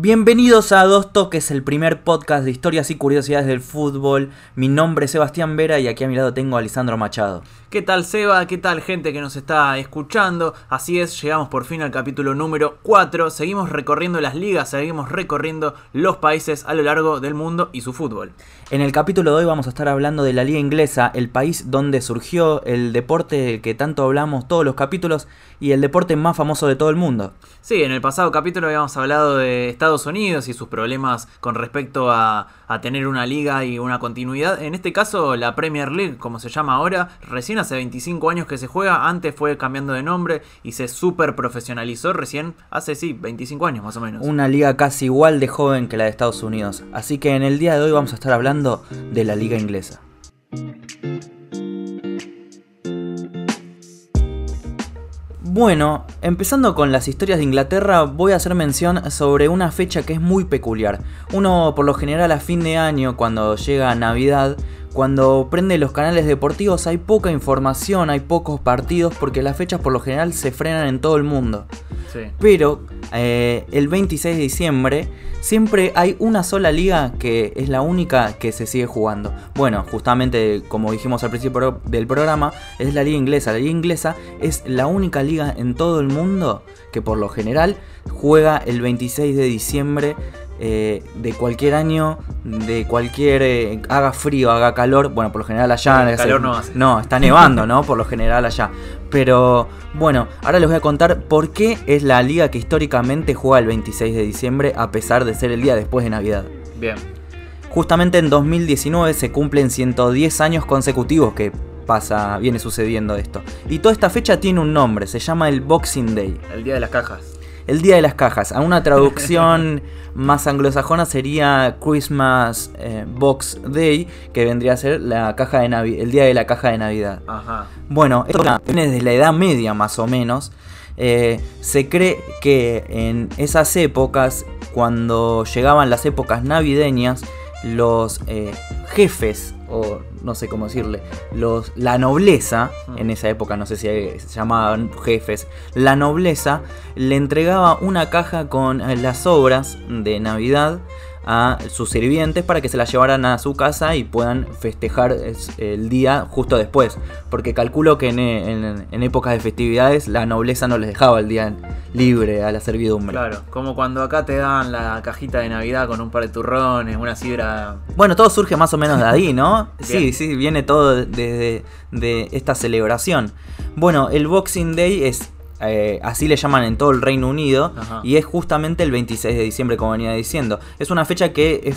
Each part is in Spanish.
Bienvenidos a Dos Toques, el primer podcast de historias y curiosidades del fútbol. Mi nombre es Sebastián Vera y aquí a mi lado tengo a Lisandro Machado. ¿Qué tal, Seba? ¿Qué tal, gente que nos está escuchando? Así es, llegamos por fin al capítulo número 4. Seguimos recorriendo las ligas, seguimos recorriendo los países a lo largo del mundo y su fútbol. En el capítulo de hoy vamos a estar hablando de la liga inglesa, el país donde surgió el deporte del que tanto hablamos todos los capítulos y el deporte más famoso de todo el mundo. Sí, en el pasado capítulo habíamos hablado de Estados Unidos y sus problemas con respecto a tener una liga y una continuidad. En este caso, la Premier League, como se llama ahora, recién hace 25 años que se juega. Antes fue cambiando de nombre y se super profesionalizó recién hace, 25 años más o menos. Una liga casi igual de joven que la de Estados Unidos. Así que en el día de hoy vamos a estar hablando de la liga inglesa. Bueno, empezando con las historias de Inglaterra, voy a hacer mención sobre una fecha que es muy peculiar. Uno, por lo general, a fin de año, cuando llega Navidad, cuando prende los canales deportivos, hay poca información, hay pocos partidos, porque las fechas por lo general se frenan en todo el mundo. Sí. Pero el 26 de diciembre siempre hay una sola liga que es la única que se sigue jugando. Bueno, justamente como dijimos al principio del programa, es la liga inglesa. La liga inglesa es la única liga en todo el mundo que por lo general juega el 26 de diciembre de cualquier año, de cualquier haga frío, haga calor. Bueno, por lo general allá calor no hace. No, está nevando, ¿no? Por lo general allá. Pero bueno, ahora les voy a contar por qué es la liga que históricamente juega el 26 de diciembre a pesar de ser el día después de Navidad. Bien. Justamente en 2019 se cumplen 110 años consecutivos que viene sucediendo esto. Y toda esta fecha tiene un nombre, se llama el Boxing Day. El día de las cajas. El día de las cajas. A una traducción más anglosajona sería Christmas Box Day, que vendría a ser la caja de el día de la caja de Navidad. Ajá. Bueno, esto viene desde la Edad Media más o menos. Se cree que en esas épocas, cuando llegaban las épocas navideñas, los jefes, o no sé cómo decirle, la nobleza, en esa época no sé si se llamaban jefes, la nobleza le entregaba una caja con las obras de Navidad a sus sirvientes para que se las llevaran a su casa y puedan festejar el día justo después, porque calculo que en épocas de festividades la nobleza no les dejaba el día libre a la servidumbre. Claro, como cuando acá te dan la cajita de Navidad con un par de turrones, una sidra. Bueno, todo surge más o menos de ahí, ¿no? Bien. Sí, viene todo de esta celebración. Bueno, el Boxing Day es así le llaman en todo el Reino Unido. Ajá. Y es justamente el 26 de diciembre, como venía diciendo. Es una fecha que es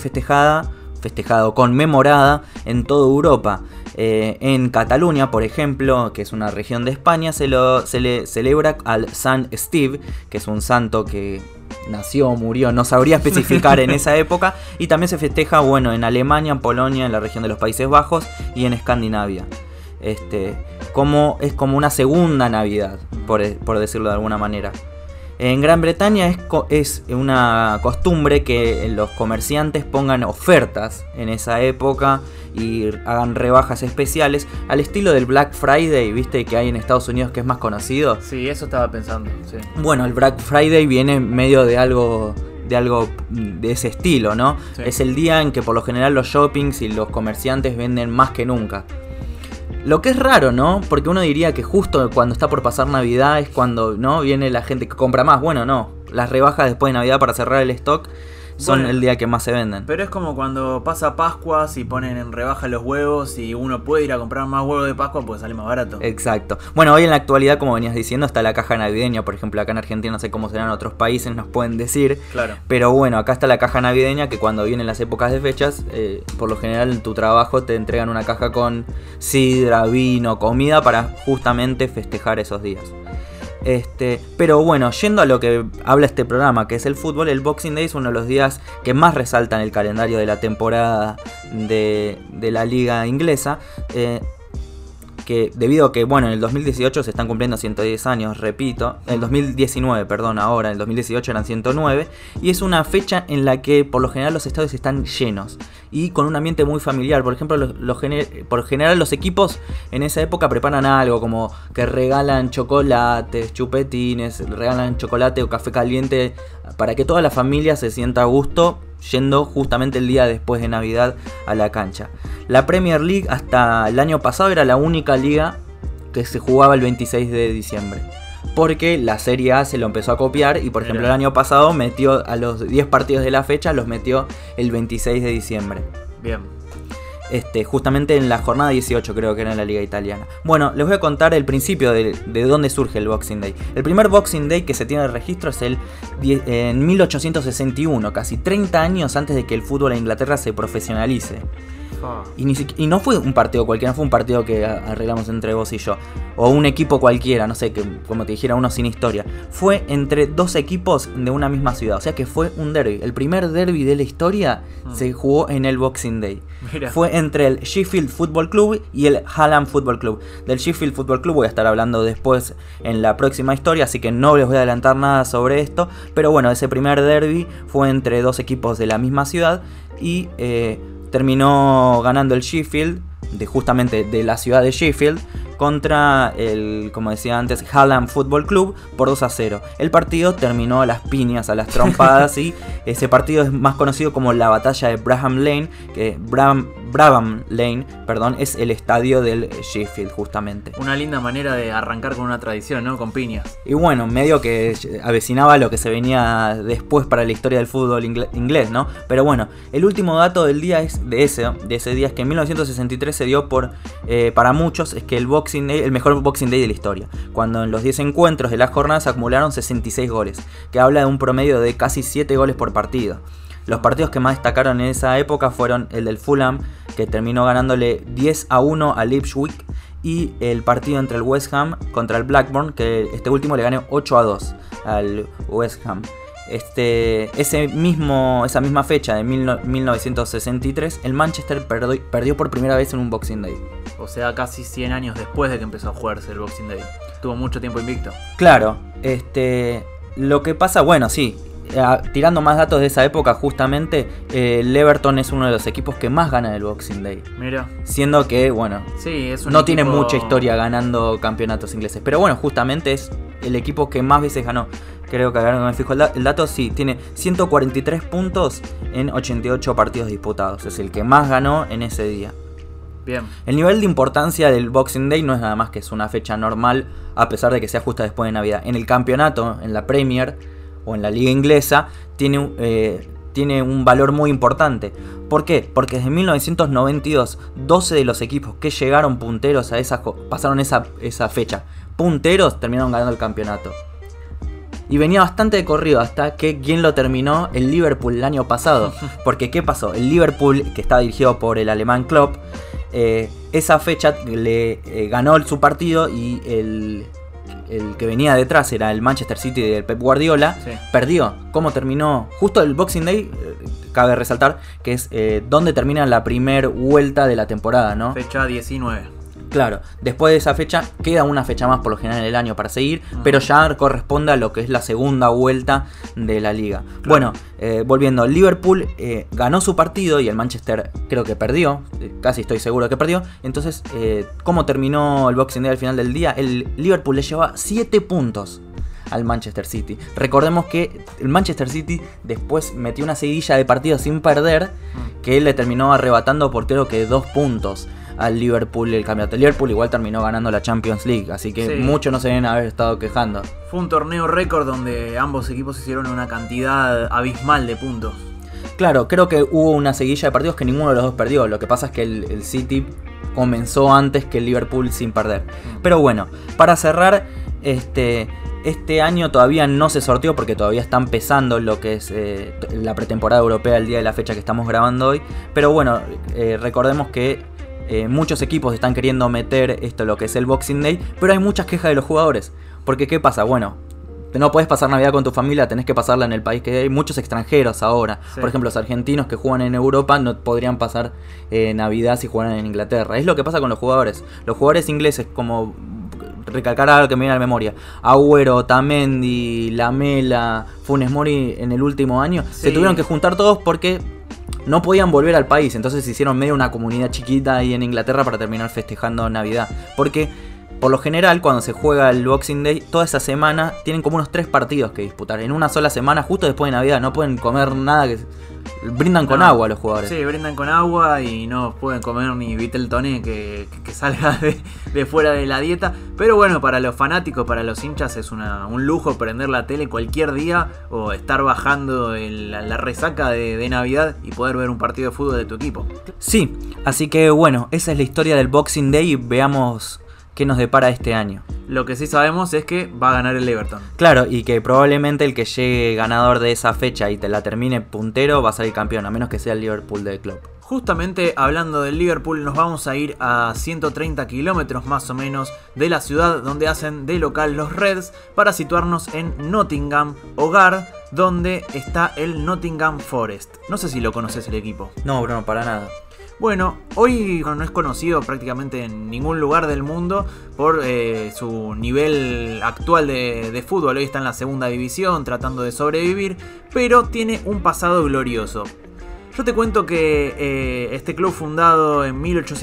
conmemorada en toda Europa. En Cataluña, por ejemplo, que es una región de España, se le celebra al San Steve, que es un santo que nació o murió, no sabría especificar en esa época. Y también se festeja, bueno, en Alemania, en Polonia, en la región de los Países Bajos y en Escandinavia. Es como una segunda Navidad, por decirlo de alguna manera. En Gran Bretaña es una costumbre que los comerciantes pongan ofertas en esa época y hagan rebajas especiales al estilo del Black Friday, ¿viste? Que hay en Estados Unidos, que es más conocido. Sí, eso estaba pensando, sí. Bueno, el Black Friday viene en medio de algo de ese estilo, ¿no? Sí. Es el día en que por lo general los shoppings y los comerciantes venden más que nunca. Lo que es raro, ¿no? Porque uno diría que justo cuando está por pasar Navidad es cuando, ¿no?, viene la gente que compra más. Bueno, no. Las rebajas después de Navidad para cerrar el stock son el día que más se venden. Pero es como cuando pasa Pascua y ponen en rebaja los huevos y uno puede ir a comprar más huevos de Pascua porque sale más barato. Exacto. Bueno, hoy en la actualidad, como venías diciendo, está la caja navideña. Por ejemplo, acá en Argentina, no sé cómo serán en otros países, nos pueden decir. Claro. Pero bueno, acá está la caja navideña, que cuando vienen las épocas de fechas, por lo general en tu trabajo te entregan una caja con sidra, vino, comida para justamente festejar esos días. Pero bueno, yendo a lo que habla este programa, que es el fútbol, el Boxing Day es uno de los días que más resaltan el calendario de la temporada de la liga inglesa. que debido a que, bueno, en el 2018 se están cumpliendo 110 años, repito, en el 2019, perdón, ahora, en el 2018 eran 109, y es una fecha en la que por lo general los estadios están llenos y con un ambiente muy familiar. Por ejemplo, por general los equipos en esa época preparan algo como que regalan chocolates, chupetines, regalan chocolate o café caliente para que toda la familia se sienta a gusto yendo justamente el día después de Navidad a la cancha. La Premier League hasta el año pasado era la única liga que se jugaba el 26 de diciembre. Porque la Serie A se lo empezó a copiar y por ejemplo el año pasado metió a los 10 partidos de la fecha, los metió el 26 de diciembre. Bien. Justamente en la jornada 18 creo que era en la liga italiana. Bueno, les voy a contar el principio de dónde surge el Boxing Day. El primer Boxing Day que se tiene de registro es en 1861, casi 30 años antes de que el fútbol en Inglaterra se profesionalice. Y no fue un partido cualquiera, no fue un partido que arreglamos entre vos y yo, o un equipo cualquiera, no sé, que como te dijera, uno sin historia. Fue entre dos equipos de una misma ciudad, o sea que fue un derby. El primer derby de la historia se jugó en el Boxing Day. Mira. Fue entre el Sheffield Football Club y el Hallam Football Club. Del Sheffield Football Club voy a estar hablando después en la próxima historia, así que no les voy a adelantar nada sobre esto. Pero bueno, ese primer derby fue entre dos equipos de la misma ciudad y terminó ganando el Sheffield, justamente de la ciudad de Sheffield, contra el, como decía antes, Hallam Football Club por 2-0. El partido terminó a las piñas, a las trompadas y ese partido es más conocido como la batalla de Brabham Lane, que Brabham Lane, es el estadio del Sheffield justamente. Una linda manera de arrancar con una tradición, ¿no? Con piñas. Y bueno, medio que avecinaba lo que se venía después para la historia del fútbol inglés, ¿no? Pero bueno, el último dato del día de ese día es que en 1963 se dio para muchos es que el Boxing Day, el mejor Boxing Day de la historia, cuando en los 10 encuentros de la jornada se acumularon 66 goles, que habla de un promedio de casi 7 goles por partido. Los partidos que más destacaron en esa época fueron el del Fulham, que terminó ganándole 10-1 al Ipswich, y el partido entre el West Ham contra el Blackburn, que este último le ganó 8-2 al West Ham. Esa misma fecha de 1963, el Manchester perdió por primera vez en un Boxing Day. O sea, casi 100 años después de que empezó a jugarse el Boxing Day. Tuvo mucho tiempo invicto. Claro, lo que pasa, bueno, sí, tirando más datos de esa época, justamente el Everton es uno de los equipos que más gana el Boxing Day. Mira. Siendo que, bueno, sí, es un no equipo... tiene mucha historia ganando campeonatos ingleses. Pero bueno, justamente es el equipo que más veces ganó. Creo que ahora que me fijo el dato, sí, tiene 143 puntos en 88 partidos disputados. Es el que más ganó en ese día. Bien. El nivel de importancia del Boxing Day no es nada más que es una fecha normal, a pesar de que sea justa después de Navidad. En el campeonato, en la Premier o en la Liga Inglesa, tiene un valor muy importante. ¿Por qué? Porque desde 1992, 12 de los equipos que llegaron punteros a pasaron esa fecha punteros, terminaron ganando el campeonato. Y venía bastante de corrido hasta que quien lo terminó, el Liverpool el año pasado. Porque ¿qué pasó? El Liverpool, que estaba dirigido por el alemán Klopp, esa fecha le ganó su partido y el que venía detrás era el Manchester City del Pep Guardiola, sí. Perdió. ¿Cómo terminó? Justo el Boxing Day, cabe resaltar que es donde termina la primer vuelta de la temporada, ¿no? Fecha 19. Claro, después de esa fecha queda una fecha más por lo general en el año para seguir, pero ya corresponde a lo que es la segunda vuelta de la liga. Claro. Bueno, volviendo, Liverpool ganó su partido y el Manchester creo que perdió, casi estoy seguro que perdió. Entonces, ¿cómo terminó el Boxing Day al final del día? El Liverpool le llevaba 7 puntos al Manchester City. Recordemos que el Manchester City después metió una seguidilla de partidos sin perder, que él le terminó arrebatando por creo que 2 puntos al Liverpool el campeonato. El Liverpool igual terminó ganando la Champions League, así que sí, muchos no se deben haber estado quejando. Fue un torneo récord donde ambos equipos hicieron una cantidad abismal de puntos. Claro, creo que hubo una seguidilla de partidos que ninguno de los dos perdió. Lo que pasa es que el City comenzó antes que el Liverpool sin perder. Pero bueno, para cerrar, este año todavía no se sorteó porque todavía está empezando lo que es la pretemporada europea el día de la fecha que estamos grabando hoy. Pero bueno, recordemos que muchos equipos están queriendo meter lo que es el Boxing Day, pero hay muchas quejas de los jugadores. Porque ¿qué pasa? Bueno, no podés pasar Navidad con tu familia, tenés que pasarla en el país, que hay muchos extranjeros ahora. Sí. Por ejemplo, los argentinos que juegan en Europa no podrían pasar Navidad si jugaran en Inglaterra. Es lo que pasa con los jugadores. Los jugadores ingleses, como recalcar algo que me viene a la memoria, Agüero, Otamendi, Lamela, Funes Mori en el último año, se tuvieron que juntar todos porque no podían volver al país. Entonces se hicieron medio una comunidad chiquita ahí en Inglaterra para terminar festejando Navidad. Porque por lo general, cuando se juega el Boxing Day, toda esa semana tienen como unos 3 partidos que disputar. En una sola semana, justo después de Navidad, no pueden comer nada que... Brindan con agua los jugadores. Sí, brindan con agua y no pueden comer ni vitel toné que salga de fuera de la dieta. Pero bueno, para los fanáticos, para los hinchas es un lujo prender la tele cualquier día o estar bajando la resaca de Navidad y poder ver un partido de fútbol de tu equipo. Sí, así que bueno, esa es la historia del Boxing Day y veamos qué nos depara este año. Lo que sí sabemos es que va a ganar el Everton. Claro, y que probablemente el que llegue ganador de esa fecha y te la termine puntero va a salir campeón, a menos que sea el Liverpool del club. Justamente hablando del Liverpool, nos vamos a ir a 130 kilómetros más o menos de la ciudad donde hacen de local los Reds para situarnos en Nottingham, hogar donde está el Nottingham Forest. No sé si lo conoces el equipo. No, Bruno, para nada. Bueno, hoy no es conocido prácticamente en ningún lugar del mundo por su nivel actual de fútbol. Hoy está en la segunda división tratando de sobrevivir, pero tiene un pasado glorioso. Yo te cuento que este club fundado en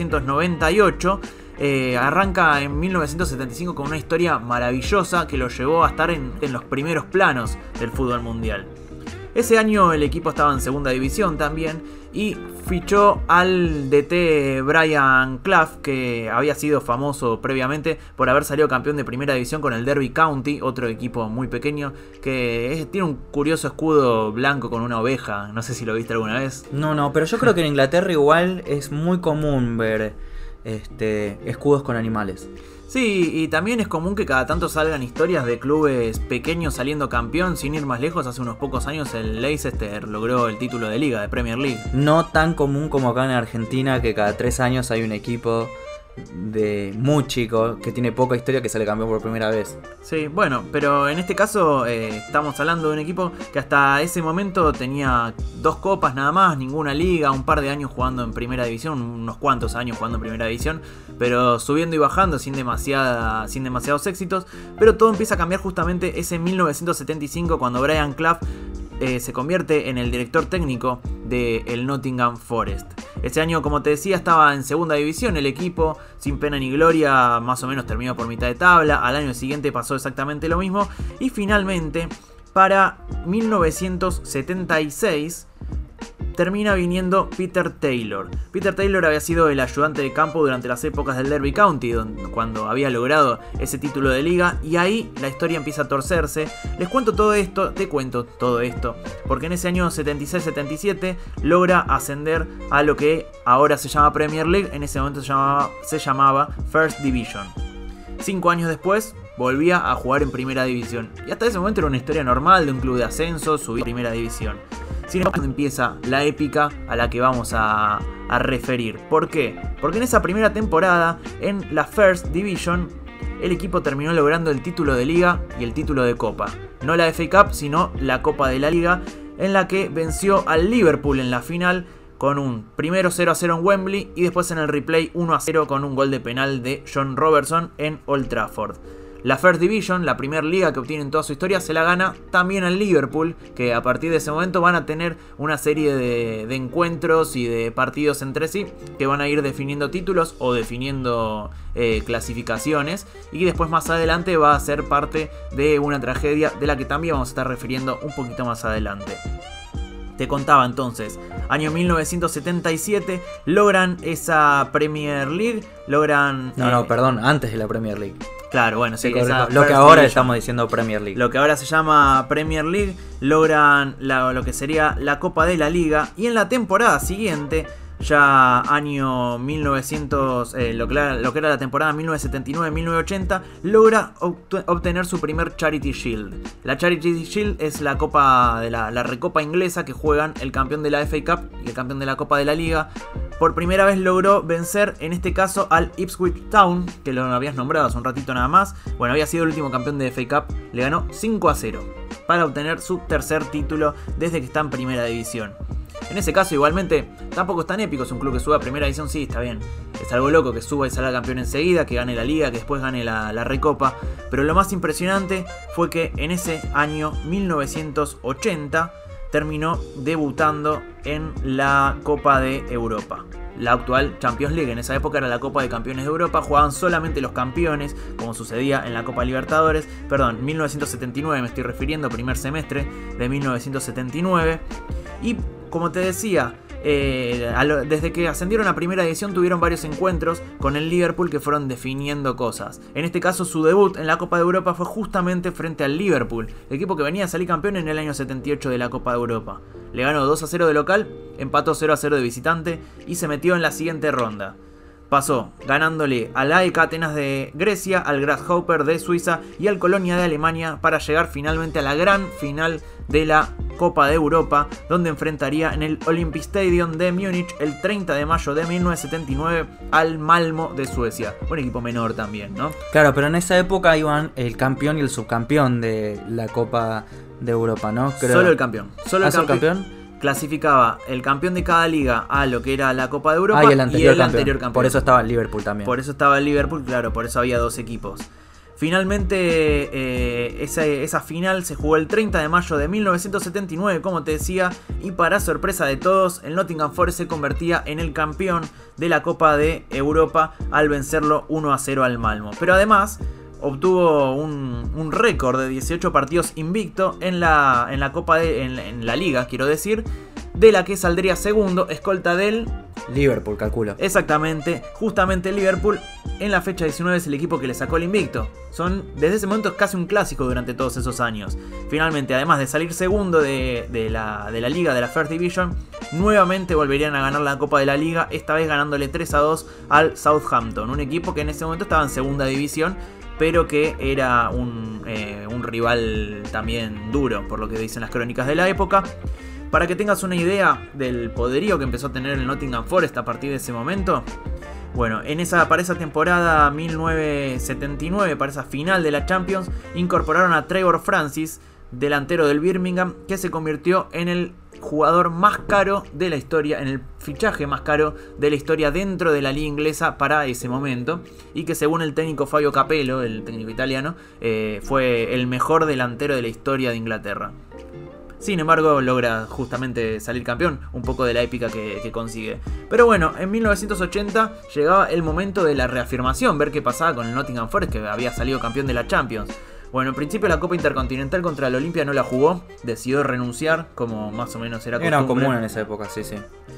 1898 arranca en 1975 con una historia maravillosa que lo llevó a estar en los primeros planos del fútbol mundial. Ese año el equipo estaba en segunda división también y fichó al DT Brian Clough, que había sido famoso previamente por haber salido campeón de primera división con el Derby County, otro equipo muy pequeño que tiene un curioso escudo blanco con una oveja. No sé si lo viste alguna vez. No, pero yo creo que en Inglaterra igual es muy común ver escudos con animales. Sí, y también es común que cada tanto salgan historias de clubes pequeños saliendo campeón. Sin ir más lejos, hace unos pocos años el Leicester logró el título de liga, de Premier League. No tan común como acá en Argentina, que cada 3 años hay un equipo de muy chico que tiene poca historia que sale campeón por primera vez. Sí, bueno, pero en este caso estamos hablando de un equipo que hasta ese momento tenía 2 copas nada más, ninguna liga, un par de años jugando en primera división, unos cuantos años jugando en primera división, pero subiendo y bajando sin demasiados éxitos. Pero todo empieza a cambiar justamente ese 1975 cuando Brian Clough se convierte en el director técnico del Nottingham Forest. Ese año, como te decía, estaba en segunda división el equipo, sin pena ni gloria, más o menos terminó por mitad de tabla. Al año siguiente pasó exactamente lo mismo y finalmente para 1976 termina viniendo Peter Taylor. Peter Taylor había sido el ayudante de campo durante las épocas del Derby County, cuando había logrado ese título de liga, y ahí la historia empieza a torcerse. Les cuento todo esto, te cuento todo esto, porque en ese año 76-77 logra ascender a lo que ahora se llama Premier League, en ese momento se llamaba First Division. 5 años después volvía a jugar en primera división, y hasta ese momento era una historia normal de un club de ascenso, subir a primera división. Sin embargo, empieza la épica a la que vamos a referir. ¿Por qué? Porque en esa primera temporada, en la First Division, el equipo terminó logrando el título de liga y el título de copa. No la FA Cup, sino la Copa de la Liga, en la que venció al Liverpool en la final con un primero 0-0 en Wembley y después en el replay 1-0 con un gol de penal de John Robertson en Old Trafford. La First Division, la primera liga que obtiene en toda su historia, se la gana también al Liverpool, que a partir de ese momento van a tener una serie de encuentros y de partidos entre sí que van a ir definiendo títulos o definiendo clasificaciones, y después más adelante va a ser parte de una tragedia de la que también vamos a estar refiriendo un poquito más adelante. Te contaba entonces, año 1977, logran esa Premier League, logran... Perdón, antes de la Premier League. Claro, bueno, sí, lo que ahora estamos diciendo Premier League. Lo que ahora se llama Premier League, logran lo que sería la Copa de la Liga, y en la temporada siguiente, ya año 1900, lo que era la temporada 1979-1980, logra obtener su primer Charity Shield. La Charity Shield es la copa de la recopa inglesa que juegan el campeón de la FA Cup y el campeón de la Copa de la Liga por primera vez logró vencer, en este caso, al Ipswich Town, que lo habías nombrado hace un ratito nada más. Bueno, había sido el último campeón de FA Cup, le ganó 5-0 para obtener su tercer título desde que está en primera división. En ese caso, igualmente, tampoco es tan épico. Es un club que sube a primera división, sí, está bien. Es algo loco que suba y salga campeón enseguida, que gane la liga, que después gane la Recopa. Pero lo más impresionante fue que en ese año 1980 terminó debutando en la Copa de Europa, la actual Champions League. En esa época era la Copa de Campeones de Europa, jugaban solamente los campeones, como sucedía en la Copa Libertadores. Perdón, 1979 me estoy refiriendo, primer semestre de 1979. Y como te decía, desde que ascendieron a primera división tuvieron varios encuentros con el Liverpool que fueron definiendo cosas. En este caso, su debut en la Copa de Europa fue justamente frente al Liverpool, el equipo que venía a salir campeón en el año 78 de la Copa de Europa. Le ganó 2-0 de local, empató 0-0 de visitante y se metió en la siguiente ronda. Pasó ganándole al AEK Atenas de Grecia, al Grasshopper de Suiza y al Colonia de Alemania para llegar finalmente a la gran final de la Copa de Europa, donde enfrentaría en el Olympic Stadium de Múnich el 30 de mayo de 1979 al Malmo de Suecia. Un equipo menor también, ¿no? Claro, pero en esa época iban el campeón y el subcampeón de la Copa de Europa, ¿no? Creo. Solo el campeón. Solo el campeón. Clasificaba el campeón de cada liga a lo que era la Copa de Europa y el anterior campeón. Por eso estaba el Liverpool también. Por eso estaba el Liverpool, claro, por eso había dos equipos. Finalmente esa final se jugó el 30 de mayo de 1979, como te decía, y para sorpresa de todos, el Nottingham Forest se convertía en el campeón de la Copa de Europa al vencerlo 1-0 al Malmo. Pero además obtuvo un récord de 18 partidos invicto en la Copa en la Liga, quiero decir, de la que saldría segundo, escolta del Liverpool, calculo. Exactamente, justamente el Liverpool en la fecha 19 es el equipo que le sacó el invicto. Desde ese momento es casi un clásico durante todos esos años. Finalmente, además de salir segundo de la Liga, de la First Division, nuevamente volverían a ganar la Copa de la Liga, esta vez ganándole 3-2 al Southampton, un equipo que en ese momento estaba en segunda división, pero que era un rival también duro, por lo que dicen las crónicas de la época. Para que tengas una idea del poderío que empezó a tener el Nottingham Forest a partir de ese momento, bueno, para esa temporada 1979, para esa final de la Champions, incorporaron a Trevor Francis, delantero del Birmingham, que se convirtió en el jugador más caro de la historia, en el fichaje más caro de la historia dentro de la liga inglesa para ese momento, y que según el técnico Fabio Capello, el técnico italiano, fue el mejor delantero de la historia de Inglaterra. Sin embargo, logra justamente salir campeón, un poco de la épica que consigue. Pero bueno, en 1980 llegaba el momento de la reafirmación, ver qué pasaba con el Nottingham Forest, que había salido campeón de la Champions. Bueno, en principio la Copa Intercontinental contra el Olimpia no la jugó, decidió renunciar, como más o menos era costumbre. Era común en esa época, sí.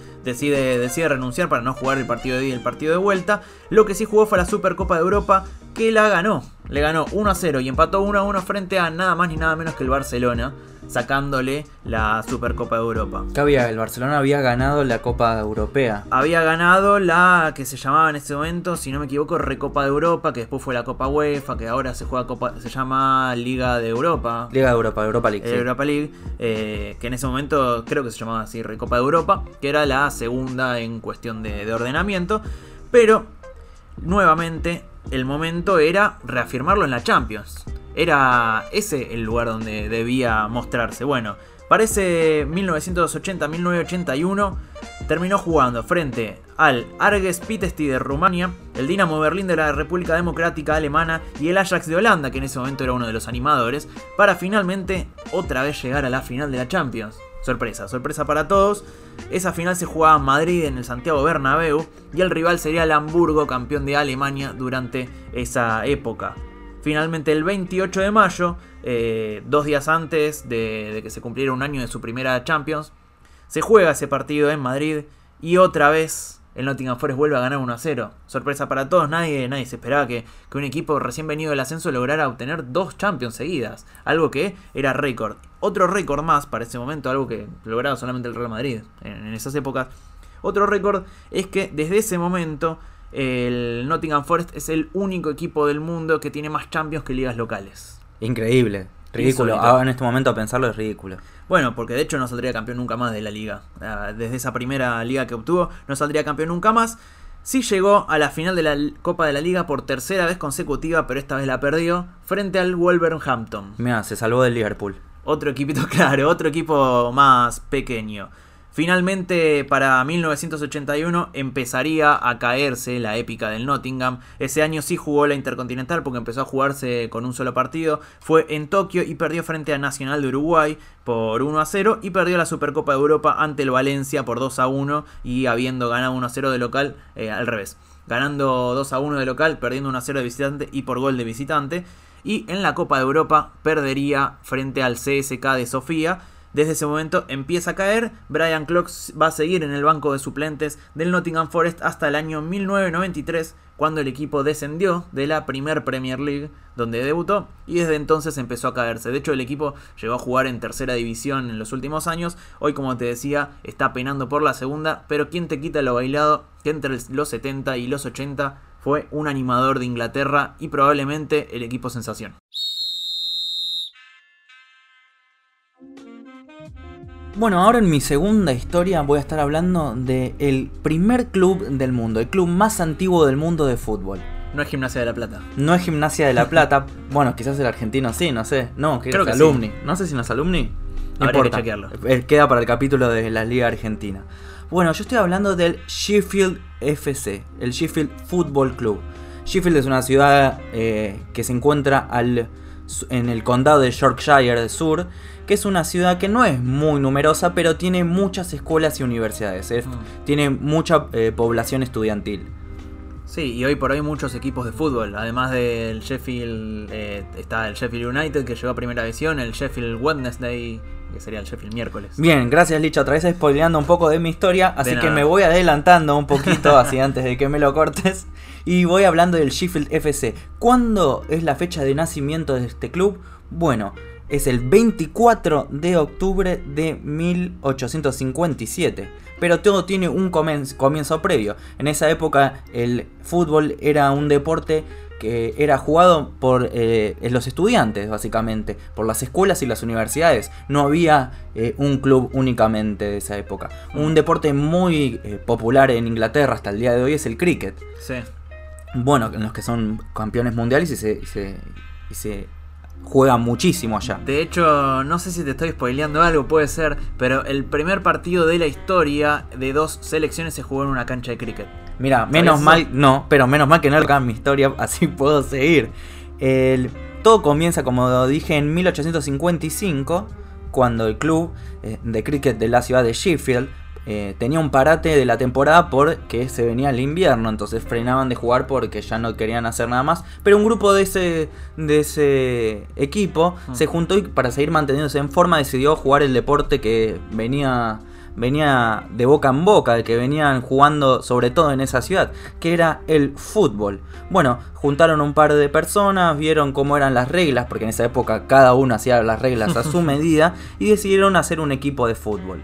Decide renunciar para no jugar el partido de ida y el partido de vuelta. Lo que sí jugó fue la Supercopa de Europa, que la ganó. Le ganó 1-0 y empató 1-1 frente a nada más ni nada menos que el Barcelona, sacándole la Supercopa de Europa. ¿Qué había? El Barcelona había ganado la Copa Europea. Había ganado la que se llamaba en ese momento, si no me equivoco, Recopa de Europa, que después fue la Copa UEFA, que ahora se llama Liga de Europa. Liga de Europa, Europa League. Sí. Europa League, que en ese momento creo que se llamaba así, Recopa de Europa, que era la segunda en cuestión de ordenamiento. Pero, nuevamente, el momento era reafirmarlo en la Champions. Era ese el lugar donde debía mostrarse. Bueno, para ese 1980-1981 terminó jugando frente al Arges Pitești de Rumania, el Dinamo Berlín de la República Democrática Alemana y el Ajax de Holanda, que en ese momento era uno de los animadores, para finalmente otra vez llegar a la final de la Champions. Sorpresa para todos. Esa final se jugaba en Madrid, en el Santiago Bernabéu, y el rival sería el Hamburgo, campeón de Alemania durante esa época. Finalmente el 28 de mayo, 2 días antes de que se cumpliera un año de su primera Champions, se juega ese partido en Madrid y otra vez el Nottingham Forest vuelve a ganar 1-0. Sorpresa para todos, nadie se esperaba que un equipo recién venido del ascenso lograra obtener 2 Champions seguidas, algo que era récord. Otro récord más para ese momento, algo que lograba solamente el Real Madrid en esas épocas. Otro récord es que desde ese momento el Nottingham Forest es el único equipo del mundo que tiene más Champions que ligas locales. Increíble. Ridículo, insólito. ahora en este momento pensarlo es ridículo. Bueno, porque de hecho no saldría campeón nunca más de la liga. Desde esa primera liga que obtuvo, no saldría campeón nunca más. Sí llegó a la final de la Copa de la Liga por tercera vez consecutiva, pero esta vez la perdió frente al Wolverhampton. Mira, se salvó del Liverpool. Otro equipito, claro, otro equipo más pequeño. Finalmente, para 1981 empezaría a caerse la épica del Nottingham. Ese año sí jugó la Intercontinental porque empezó a jugarse con un solo partido. Fue en Tokio y perdió frente a Nacional de Uruguay por 1-0 y perdió la Supercopa de Europa ante el Valencia por 2-1 y habiendo ganado 1-0 de local, al revés. Ganando 2-1 de local, perdiendo 1-0 de visitante y por gol de visitante. Y en la Copa de Europa perdería frente al CSK de Sofía. Desde ese momento empieza a caer. Brian Clough va a seguir en el banco de suplentes del Nottingham Forest hasta el año 1993, cuando el equipo descendió de la primer Premier League, donde debutó, y desde entonces empezó a caerse. De hecho, el equipo llegó a jugar en tercera división en los últimos años. Hoy, como te decía, está penando por la segunda, pero ¿quién te quita lo bailado? Que entre los 70 y los 80 fue un animador de Inglaterra y probablemente el equipo sensación. Bueno, ahora en mi segunda historia voy a estar hablando del primer club del mundo, el club más antiguo del mundo de fútbol. No es Gimnasia de la Plata. No es Gimnasia de la Plata, bueno, quizás el argentino sí, no sé. No, creo que es Alumni. sí. No sé si no es Alumni. No Habría importa. que chequearlo. Queda para el capítulo de la Liga Argentina. Bueno, yo estoy hablando del Sheffield FC, el Sheffield Football Club. Sheffield es una ciudad que se encuentra en el condado de Yorkshire del Sur, que es una ciudad que no es muy numerosa, pero tiene muchas escuelas y universidades. Tiene mucha población estudiantil. Sí, y hoy por hoy muchos equipos de fútbol. Además del Sheffield, está el Sheffield United, que llegó a primera división, el Sheffield Wednesday, que sería el Sheffield miércoles. Bien, gracias Licha, otra vez spoileando un poco de mi historia, así que me voy adelantando un poquito así antes de que me lo cortes. Y voy hablando del Sheffield FC. ¿Cuándo es la fecha de nacimiento de este club? Bueno, es el 24 de octubre de 1857. Pero todo tiene un comienzo previo. En esa época el fútbol era un deporte que era jugado por los estudiantes, básicamente, por las escuelas y las universidades. No había un club únicamente de esa época. Un deporte muy popular en Inglaterra hasta el día de hoy es el cricket. Sí. Bueno, en los que son campeones mundiales y se juega muchísimo allá. De hecho, no sé si te estoy spoileando algo, puede ser, pero el primer partido de la historia de dos selecciones se jugó en una cancha de cricket. Mira, menos mal que no lo hagan mi historia, así puedo seguir. Todo comienza, como dije, en 1855, cuando el club de cricket de la ciudad de Sheffield tenía un parate de la temporada porque se venía el invierno, entonces frenaban de jugar porque ya no querían hacer nada más. Pero un grupo de ese equipo se juntó y para seguir manteniéndose en forma decidió jugar el deporte que venía de boca en boca, de que venían jugando sobre todo en esa ciudad, que era el fútbol. Bueno, juntaron un par de personas, vieron cómo eran las reglas, porque en esa época cada uno hacía las reglas a su medida, y decidieron hacer un equipo de fútbol.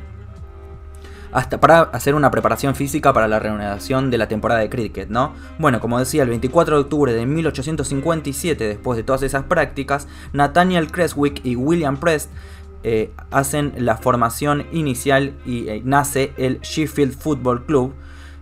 Hasta para hacer una preparación física para la reanudación de la temporada de cricket, ¿no? Bueno, como decía, el 24 de octubre de 1857, después de todas esas prácticas, Nathaniel Creswick y William Prest hacen la formación inicial y nace el Sheffield Football Club,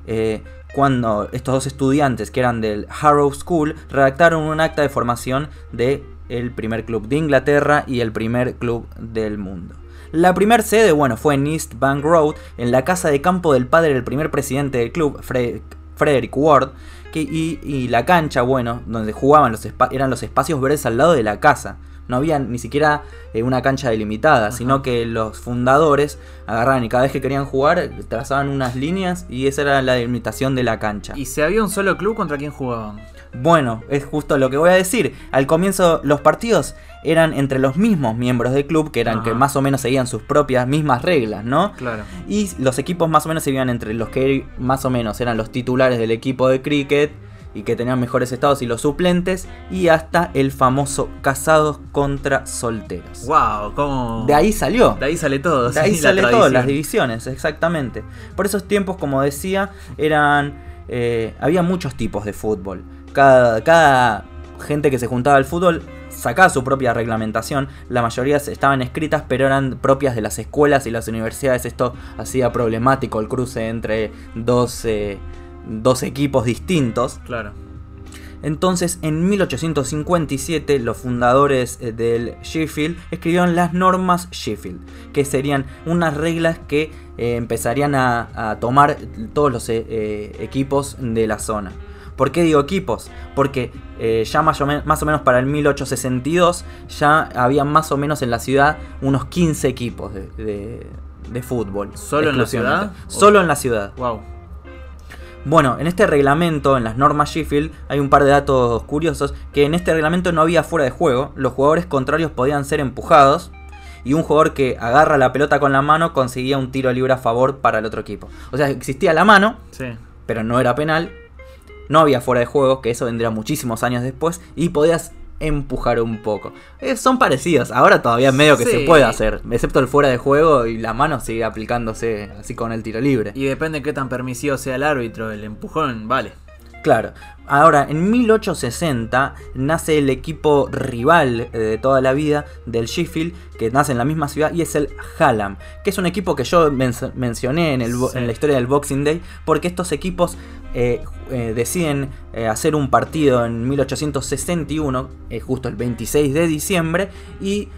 cuando estos dos estudiantes que eran del Harrow School redactaron un acta de formación del primer club de Inglaterra y el primer club del mundo. La primer sede, fue en East Bank Road, en la casa de campo del padre del primer presidente del club, Frederick Ward, y la cancha, donde jugaban eran los espacios verdes al lado de la casa. No había ni siquiera una cancha delimitada, sino que los fundadores agarraban y cada vez que querían jugar trazaban unas líneas y esa era la delimitación de la cancha. ¿Y si había un solo club, contra quién jugaban? Bueno, es justo lo que voy a decir. Al comienzo los partidos eran entre los mismos miembros del club, que eran que más o menos seguían sus propias mismas reglas, ¿no? Claro. Y los equipos más o menos se iban entre los que más o menos eran los titulares del equipo de cricket y que tenían mejores estados y los suplentes, y hasta el famoso casados contra solteros. Wow, ¿cómo? De ahí salió. De ahí sale todo. De ahí sale todo, las divisiones, exactamente. Por esos tiempos, como decía, había muchos tipos de fútbol. Cada gente que se juntaba al fútbol sacaba su propia reglamentación. La mayoría estaban escritas, pero eran propias de las escuelas y las universidades. Esto hacía problemático el cruce entre dos equipos distintos. Claro. Entonces, en 1857, los fundadores del Sheffield escribieron las normas Sheffield, que serían unas reglas que empezarían a tomar todos los equipos de la zona. ¿Por qué digo equipos? Porque ya más o menos para el 1862 ya había más o menos en la ciudad unos 15 equipos de fútbol. ¿Solo en la ciudad? Solo en la ciudad. Wow. Bueno, en este reglamento, en las normas Sheffield, hay un par de datos curiosos, que en este reglamento no había fuera de juego, los jugadores contrarios podían ser empujados, y un jugador que agarra la pelota con la mano conseguía un tiro libre a favor para el otro equipo. O sea, existía la mano, sí, pero no era penal, no había fuera de juego, que eso vendría muchísimos años después, y podías empujar un poco. Son parecidos, ahora todavía medio que se puede hacer, excepto el fuera de juego, y la mano sigue aplicándose así con el tiro libre. Y depende de qué tan permisivo sea el árbitro, el empujón vale. Claro. Ahora, en 1860 nace el equipo rival de toda la vida del Sheffield, que nace en la misma ciudad, y es el Hallam, que es un equipo que yo mencioné en la historia del Boxing Day, porque estos equipos deciden hacer un partido en 1861, justo el 26 de diciembre, y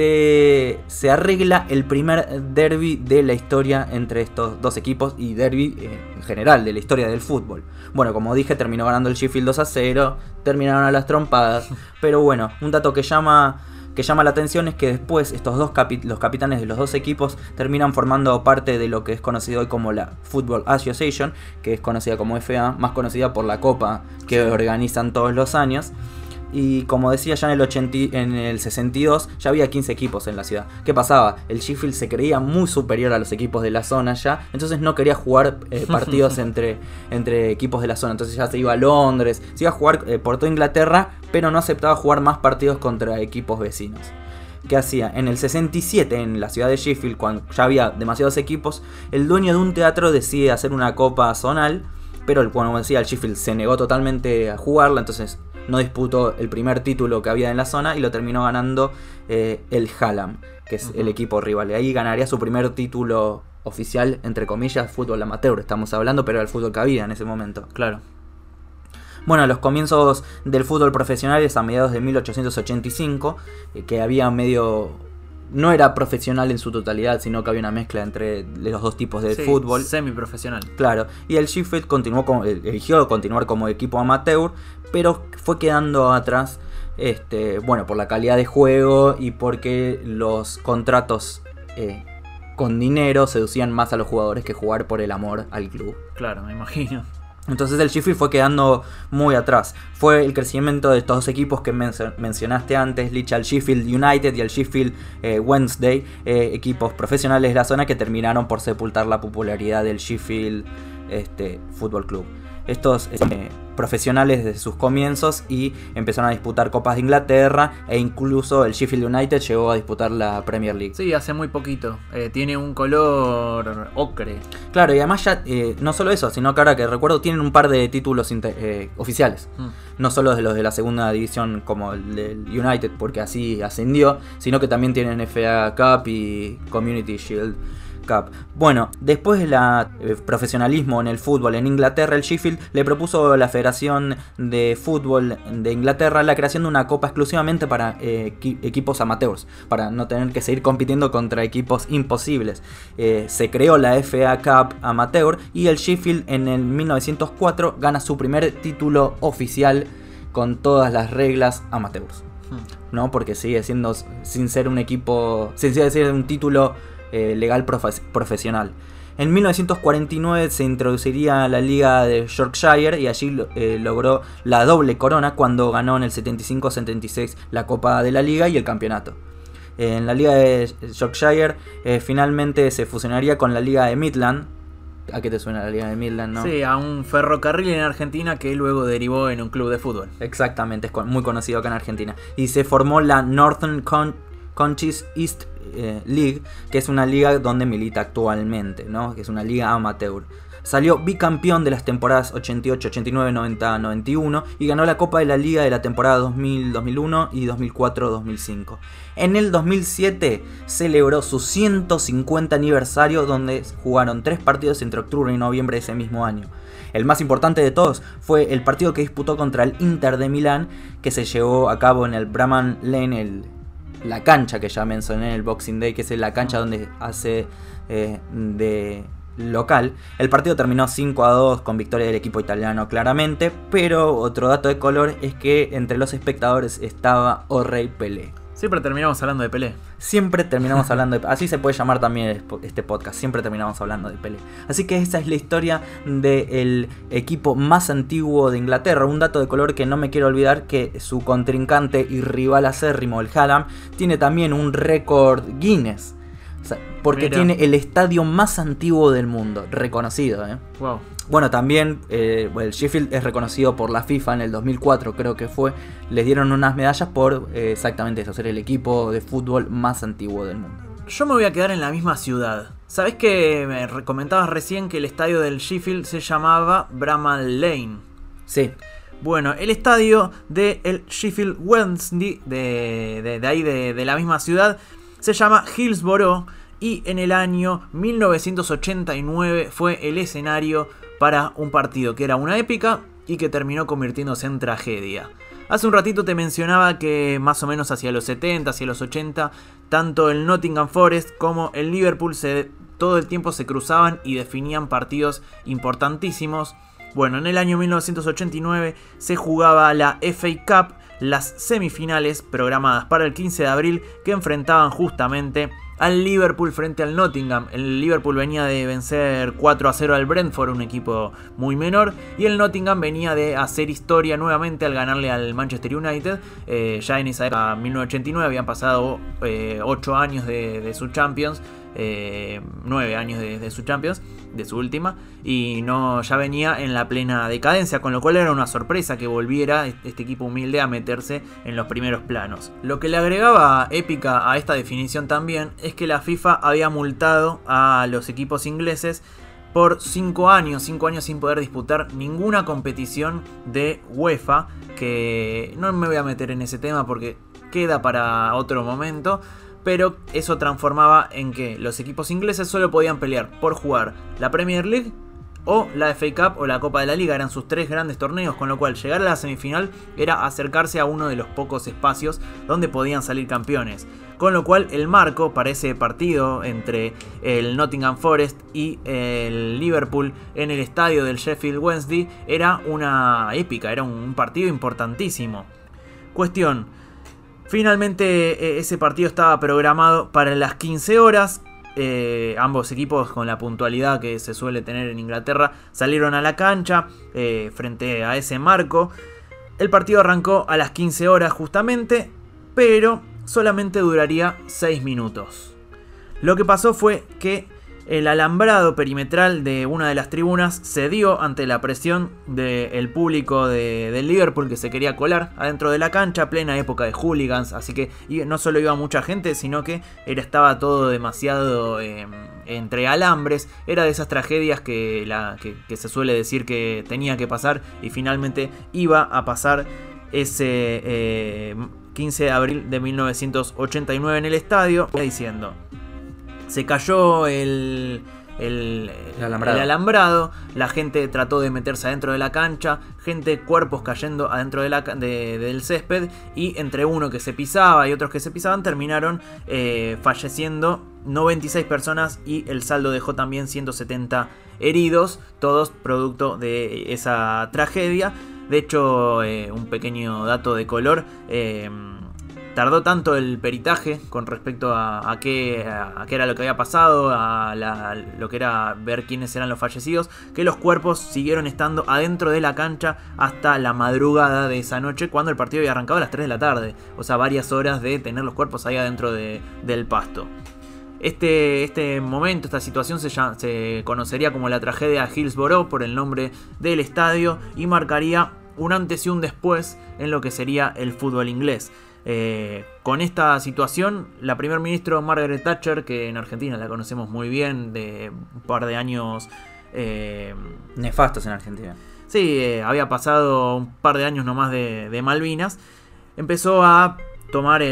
se arregla el primer derby de la historia entre estos dos equipos, y derby en general de la historia del fútbol. Bueno, como dije, terminó ganando el Sheffield 2-0, terminaron a las trompadas, pero bueno, un dato que llama la atención es que después estos los capitanes de los dos equipos terminan formando parte de lo que es conocido hoy como la Football Association, que es conocida como FA, más conocida por la copa que organizan todos los años. Y como decía, ya en el 62 ya había 15 equipos en la ciudad. ¿Qué pasaba? El Sheffield se creía muy superior a los equipos de la zona ya, entonces no quería jugar partidos entre equipos de la zona. Entonces ya se iba a Londres, se iba a jugar por toda Inglaterra, pero no aceptaba jugar más partidos contra equipos vecinos. ¿Qué hacía? En el 67, en la ciudad de Sheffield, cuando ya había demasiados equipos, el dueño de un teatro decide hacer una copa zonal, pero como decía, el Sheffield se negó totalmente a jugarla, entonces no disputó el primer título que había en la zona y lo terminó ganando el Hallam, que es el equipo rival. Y ahí ganaría su primer título oficial, entre comillas, fútbol amateur, estamos hablando, pero era el fútbol que había en ese momento. Claro. Bueno, los comienzos del fútbol profesional es a mediados de 1885, que había no era profesional en su totalidad, sino que había una mezcla entre los dos tipos de fútbol. Semiprofesional. Claro, y el Sheffield eligió continuar como equipo amateur, pero fue quedando atrás, por la calidad de juego y porque los contratos con dinero seducían más a los jugadores que jugar por el amor al club. Claro, me imagino. Entonces el Sheffield fue quedando muy atrás. Fue el crecimiento de estos dos equipos que mencionaste antes, Licha, el Sheffield United y el Sheffield Wednesday, equipos profesionales de la zona que terminaron por sepultar la popularidad del Sheffield Football Club. Estos profesionales desde sus comienzos y empezaron a disputar Copas de Inglaterra, e incluso el Sheffield United llegó a disputar la Premier League. Sí, hace muy poquito. Tiene un color ocre. Claro, y además ya no solo eso, sino que ahora que recuerdo tienen un par de títulos oficiales. No solo de los de la segunda división como el del United, porque así ascendió, sino que también tienen FA Cup y Community Shield Cup. Bueno, después del profesionalismo en el fútbol en Inglaterra, el Sheffield le propuso a la Federación de Fútbol de Inglaterra la creación de una copa exclusivamente para equipos amateurs, para no tener que seguir compitiendo contra equipos imposibles. Se creó la FA Cup Amateur y el Sheffield en el 1904 gana su primer título oficial con todas las reglas amateurs, ¿no? Porque sigue siendo sin ser un título legal profesional. En 1949 se introduciría la Liga de Yorkshire y allí logró la doble corona cuando ganó en el 75-76 la Copa de la Liga y el campeonato. En la Liga de Yorkshire finalmente se fusionaría con la Liga de Midland. ¿A qué te suena la Liga de Midland, no? Sí, a un ferrocarril en Argentina que luego derivó en un club de fútbol. Exactamente, es muy conocido acá en Argentina. Y se formó la Northern Counties East League, que es una liga donde milita actualmente, ¿no? Que es una liga amateur. Salió bicampeón de las temporadas 88, 89, 90, 91 y ganó la Copa de la Liga de la temporada 2000, 2001 y 2004, 2005. En el 2007 celebró su 150 aniversario, donde jugaron 3 partidos entre octubre y noviembre de ese mismo año. El más importante de todos fue el partido que disputó contra el Inter de Milán, que se llevó a cabo en el Bramall Lane, la cancha que ya mencioné en el Boxing Day, que es la cancha donde hace de local. El partido terminó 5-2 con victoria del equipo italiano claramente, pero otro dato de color es que entre los espectadores estaba O'Reilly Pelé. Siempre terminamos hablando de Pelé. Siempre terminamos hablando de... Así se puede llamar también este podcast. Siempre terminamos hablando de Pelé. Así que esta es la historia del equipo más antiguo de Inglaterra. Un dato de color que no me quiero olvidar, que su contrincante y rival acérrimo, el Hallam, tiene también un récord Guinness. O sea, porque tiene el estadio más antiguo del mundo. Reconocido, Wow. Bueno, también el Sheffield es reconocido por la FIFA en el 2004, creo que fue. Les dieron unas medallas por exactamente eso, ser el equipo de fútbol más antiguo del mundo. Yo me voy a quedar en la misma ciudad. ¿Sabés que me comentabas recién que el estadio del Sheffield se llamaba Bramall Lane? Sí. Bueno, el estadio del Sheffield Wednesday, de ahí de la misma ciudad, se llama Hillsborough y en el año 1989 fue el escenario para un partido que era una épica y que terminó convirtiéndose en tragedia. Hace un ratito te mencionaba que más o menos hacia los 70, hacia los 80, tanto el Nottingham Forest como el Liverpool todo el tiempo se cruzaban y definían partidos importantísimos. Bueno, en el año 1989 se jugaba la FA Cup, las semifinales programadas para el 15 de abril que enfrentaban justamente al Liverpool frente al Nottingham. El Liverpool venía de vencer 4-0 al Brentford, un equipo muy menor, y el Nottingham venía de hacer historia nuevamente al ganarle al Manchester United. Ya en esa época, 1989, habían pasado 8 años de su Champions, 9 años de su Champions, de su última, y ya venía en la plena decadencia, con lo cual era una sorpresa que volviera este equipo humilde a meterse en los primeros planos. Lo que le agregaba épica a esta definición también es que la FIFA había multado a los equipos ingleses por 5 años sin poder disputar ninguna competición de UEFA, que no me voy a meter en ese tema porque queda para otro momento. Pero eso transformaba en que los equipos ingleses solo podían pelear por jugar la Premier League o la FA Cup o la Copa de la Liga. Eran sus 3 grandes torneos, con lo cual llegar a la semifinal era acercarse a uno de los pocos espacios donde podían salir campeones. Con lo cual el marco para ese partido entre el Nottingham Forest y el Liverpool en el estadio del Sheffield Wednesday era una épica, era un partido importantísimo. Cuestión. Finalmente ese partido estaba programado para las 15 horas. Ambos equipos, con la puntualidad que se suele tener en Inglaterra, salieron a la cancha frente a ese marco. El partido arrancó a las 15 horas justamente, pero solamente duraría 6 minutos. Lo que pasó fue que el alambrado perimetral de una de las tribunas cedió ante la presión del público del Liverpool, que se quería colar adentro de la cancha, plena época de hooligans, así que no solo iba mucha gente, sino que estaba todo demasiado entre alambres. Era de esas tragedias que se suele decir que tenía que pasar y finalmente iba a pasar ese 15 de abril de 1989 en el estadio, diciendo... Se cayó el alambrado, la gente trató de meterse adentro de la cancha, cuerpos cayendo adentro del césped, y entre uno que se pisaba y otros que se pisaban terminaron falleciendo 96 personas y el saldo dejó también 170 heridos, todos producto de esa tragedia. De hecho, un pequeño dato de color... Tardó tanto el peritaje con respecto a qué era lo que había pasado, lo que era ver quiénes eran los fallecidos, que los cuerpos siguieron estando adentro de la cancha hasta la madrugada de esa noche, cuando el partido había arrancado a las 3 de la tarde. O sea, varias horas de tener los cuerpos ahí adentro del pasto. Este momento, esta situación se conocería como la tragedia Hillsborough por el nombre del estadio y marcaría un antes y un después en lo que sería el fútbol inglés. Con esta situación, la primer ministro Margaret Thatcher, que en Argentina la conocemos muy bien, de un par de años Nefastos en Argentina. Sí, había pasado un par de años nomás de Malvinas. Empezó a tomar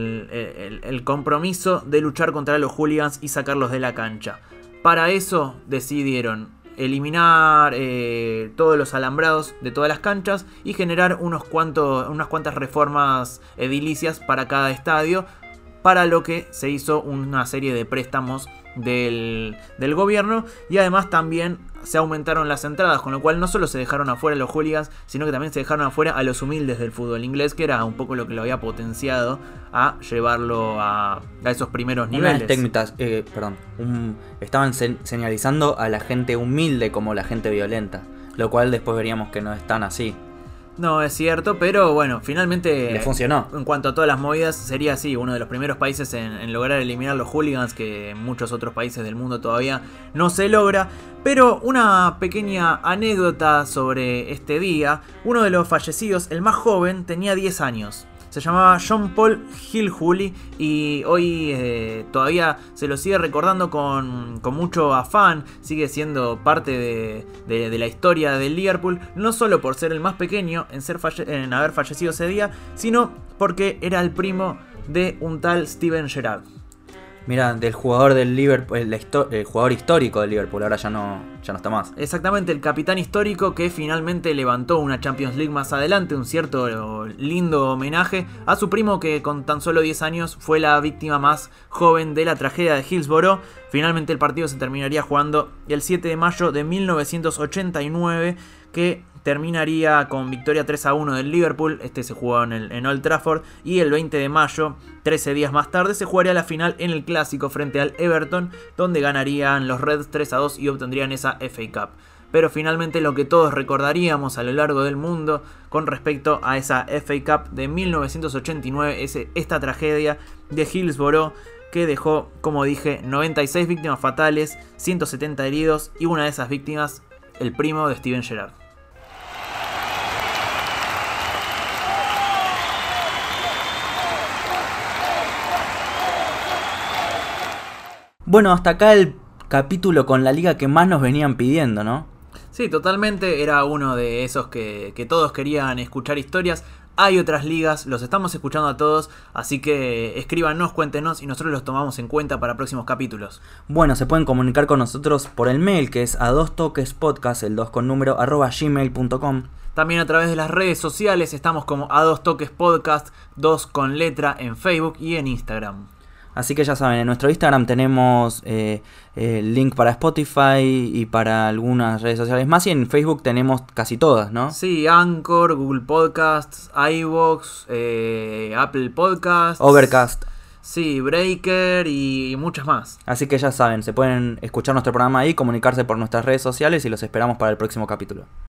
el compromiso de luchar contra los hooligans y sacarlos de la cancha. Para eso decidieron eliminar todos los alambrados de todas las canchas y generar unas cuantas reformas edilicias para cada estadio, para lo que se hizo una serie de préstamos del gobierno, y además también se aumentaron las entradas, con lo cual no solo se dejaron afuera los hooligans, sino que también se dejaron afuera a los humildes del fútbol inglés, que era un poco lo que lo había potenciado a llevarlo a esos primeros niveles. Técnicas, estaban señalizando a la gente humilde como la gente violenta, lo cual después veríamos que no es tan así. No, es cierto, pero bueno, finalmente le funcionó. En cuanto a todas las movidas, sería así, uno de los primeros países en lograr eliminar los hooligans, que en muchos otros países del mundo todavía no se logra. Pero una pequeña anécdota sobre este día: uno de los fallecidos, el más joven, tenía 10 años. Se llamaba John Paul Gilhooly y hoy todavía se lo sigue recordando con mucho afán. Sigue siendo parte de la historia del Liverpool, no solo por ser el más pequeño en haber fallecido ese día, sino porque era el primo de un tal Steven Gerrard. Mira, del jugador del Liverpool, el jugador histórico del Liverpool, ahora ya no está más. Exactamente, el capitán histórico que finalmente levantó una Champions League más adelante, un cierto lindo homenaje a su primo, que con tan solo 10 años fue la víctima más joven de la tragedia de Hillsborough. Finalmente el partido se terminaría jugando el 7 de mayo de 1989, que terminaría con victoria 3-1 del Liverpool. Este se jugó en Old Trafford, y el 20 de mayo, 13 días más tarde, se jugaría la final en el Clásico frente al Everton, donde ganarían los Reds 3-2 y obtendrían esa FA Cup. Pero finalmente lo que todos recordaríamos a lo largo del mundo con respecto a esa FA Cup de 1989 es esta tragedia de Hillsborough, que dejó, como dije, 96 víctimas fatales, 170 heridos, y una de esas víctimas, el primo de Steven Gerrard. Bueno, hasta acá el capítulo con la liga que más nos venían pidiendo, ¿no? Sí, totalmente, era uno de esos que todos querían escuchar historias. Hay otras ligas, los estamos escuchando a todos, así que escríbanos, cuéntenos y nosotros los tomamos en cuenta para próximos capítulos. Bueno, se pueden comunicar con nosotros por el mail, que es adostoquespodcast, el 2 con número, @gmail.com. También a través de las redes sociales estamos como adostoquespodcast, 2 con letra, en Facebook y en Instagram. Así que ya saben, en nuestro Instagram tenemos el link para Spotify y para algunas redes sociales más, y en Facebook tenemos casi todas, ¿no? Sí, Anchor, Google Podcasts, iVoox, Apple Podcasts, Overcast. Sí, Breaker y muchas más. Así que ya saben, se pueden escuchar nuestro programa ahí, comunicarse por nuestras redes sociales, y los esperamos para el próximo capítulo.